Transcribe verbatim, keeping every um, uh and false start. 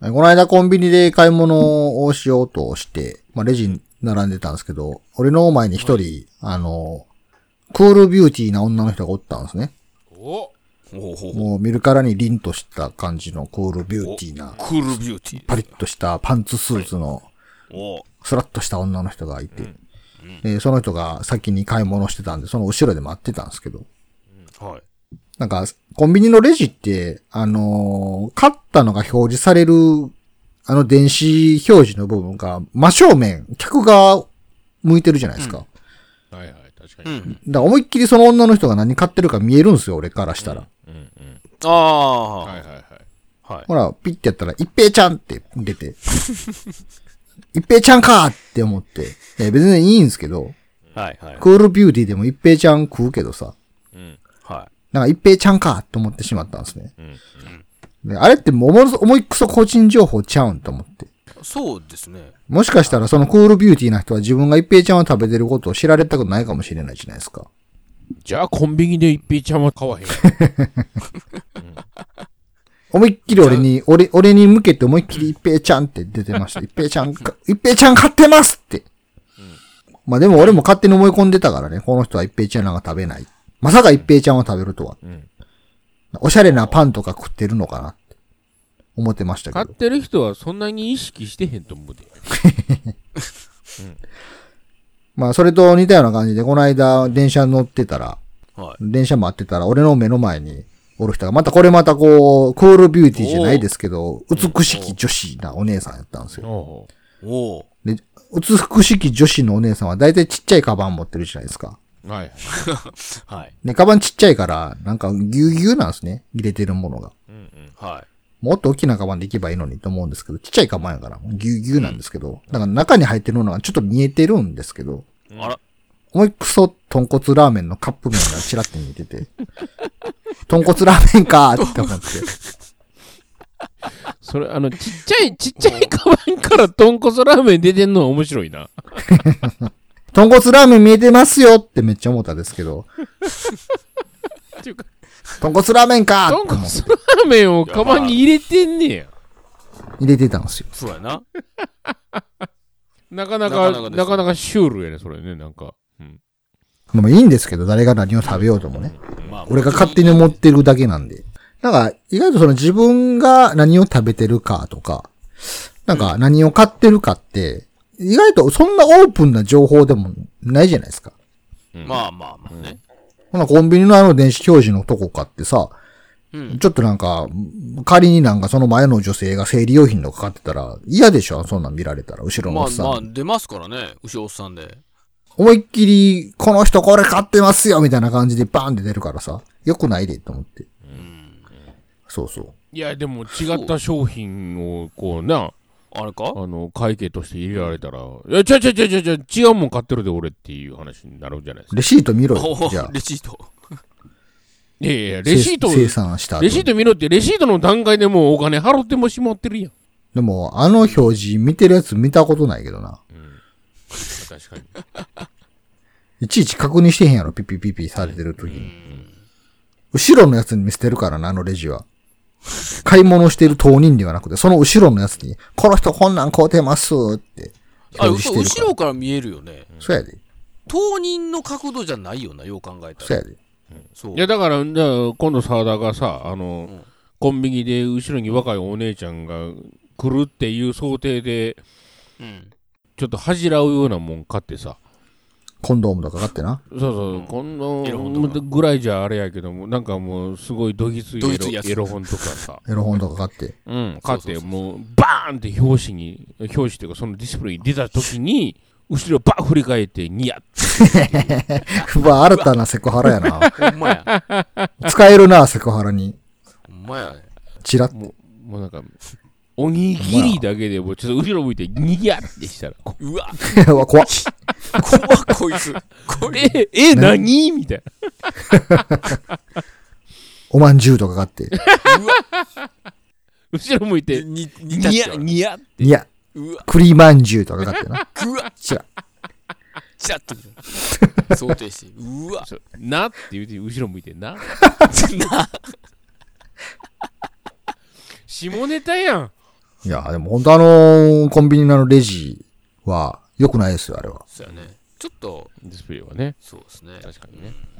この間コンビニで買い物をしようとして、まあ、レジに並んでたんですけど、俺の前に一人、はい、あの、クールビューティーな女の人がおったんですね。 おもう見るからに凛とした感じのクールビューティーな。 クールビューティー。 パリッとしたパンツスーツの、スラッとした女の人がいて、うんうん、でその人が先に買い物してたんで、その後ろで待ってたんですけど、 うん、はい。 なんか、コンビニのレジって、あのー、買ったのが表示される、あの電子表示の部分が真正面、客が向いてるじゃないですか。 うん、はいはい、確かに。うん、 だから思いっきりその女の人が何買ってるか見えるんですよ、俺からしたら。 うんうんうん、ああ、はいはいはい。はい、 ほら、ピッてやったら、一平ちゃんって出て、一平ちゃんかーって思って、え別にいいんですけど、 はいはい、 クールビューティーでも一平ちゃん食うけどさ、 うん、はい。 なんか一平ちゃんかと思ってしまったんですね。 うんうんであれってもう思いくそ個人情報ちゃうんと思って。 そうですね。 もしかしたらそのクールビューティーな人は自分が一平ちゃんを食べてることを知られたくないかもしれないじゃないですか。 じゃあコンビニで一平ちゃんは買わへん、うん。 思いっきり俺に、俺、俺に向けて思いっきり一平ちゃんって出てました。一平ちゃんか、一平ちゃん買ってますって。うん、まあでも俺も勝手に思い込んでたからね、この人は一平ちゃんなんか食べない。まさか一平ちゃんを食べるとは。うんおしゃれなパンとか食ってるのかなって思ってましたけど。 買ってる人はそんなに意識してへんと思うで。うん、 まあそれと似たような感じで、この間電車乗ってたら、はい、電車待ってたら俺の目の前におる人が、またこれまたこう、クールビューティーじゃないですけど、美しき女子なお姉さんやったんですよ。 おおで美しき女子のお姉さんは大体ちっちゃいカバン持ってるじゃないですか。 はい。はい。 ね、カバンちっちゃいから、なんかぎゅうぎゅうなんですね。入れてるものが。 うんうん。はい。 もっと大きなカバンで行けばいいのにと思うんですけど、ちっちゃいカバンやから、ぎゅうぎゅうなんですけど、うん、だから中に入ってるのがちょっと見えてるんですけど、 あら。 思いっくそ豚骨ラーメンのカップ麺がチラッと見えてて、豚骨ラーメンかーって思って。 それ、あの、ちっちゃい、ちっちゃいカバンから豚骨ラーメン出てんのは面白いな。 豚骨ラーメン見えてますよってめっちゃ思ったんですけど。豚骨ラーメンか豚骨ラーメンをカバンに入れてんねや。 入れてたんですよ。 そうやな。なかなか、なかなか、なかなかシュールやね、それね、なんか。うん。 まあいいんですけど、誰が何を食べようともね。まあ、俺が勝手に思ってるだけなんで。なんか、意外とその自分が何を食べてるかとか、なんか何を買ってるかって、意外とそんなオープンな情報でもないじゃないですか。 うん、まあまあまあね。 ほなコンビニのあの電子表示のとこかってさ、うん、ちょっとなんか、仮になんかその前の女性が生理用品とか買ってたら嫌でしょそんなん見られたら、後ろのおっさん。 まあまあ出ますからね、後ろおっさんで。 思いっきり、この人これ買ってますよみたいな感じでバーンって出るからさ、よくないでと思って。うん、そうそう。 いやでも違った商品をこうな、あれかあの、会計として入れられたら、いや、ちゃちゃちゃちゃちゃ、違うもん買ってるで俺っていう話になるんじゃないですか。 レシート見ろよ、じゃあ。 レシートいやいや、レシート、 生産した後レシート見ろって、レシートの段階でもうお金払ってもしまってるやん。 でも、あの表示見てるやつ見たことないけどな。うん。 確かに。 いちいち確認してへんやろ、ピピピピされてる時に。うん、後ろのやつに見せてるからな、あのレジは。買い物してる当人ではなくて、その後ろのやつに、この人こんなん買うてますって表示してるから。 あ、後ろから見えるよね。 そうやで。 当人の角度じゃないよな、よう考えたら。 そうやで。 うん、そういやだから、じゃあ今度澤田がさ、あの、うん、コンビニで後ろに若いお姉ちゃんが来るっていう想定で、うん、ちょっと恥じらうようなもん買ってさ。 コンドームとか買ってな。 そうそう、うん、コンドームぐらいじゃあれやけども、なんかもうすごいドギツイエロ、エロ本とかさ。 エロ本とか買って。 うん、買って、もうバーンって表紙に、表紙っていうかそのディスプレイに出た時に、後ろバーン振り返ってニヤッうわ、新たなセクハラやな。 ほんまや。 使えるな、セクハラに。 ほんまや。 チラッもう、もうなんか、おにぎりだけでもうちょっと後ろ向いてニヤッてしたら、うわうわ、怖っ。 怖っ、こいつ。これ、え、何みたいな。 おまんじゅうとか買って。うわ後ろ向いて、に、にや、にやって。 にや。栗まんじゅうとか買ってな。 うわチラチラッと。想定して。うわなって言うて、後ろ向いてな。な。下ネタやん。 いや、でも本当あの、コンビニのあのレジは良くないですよ、あれは。 そうやね。ちょっと、 ディスプレイはね。 そうですね。 確かにね。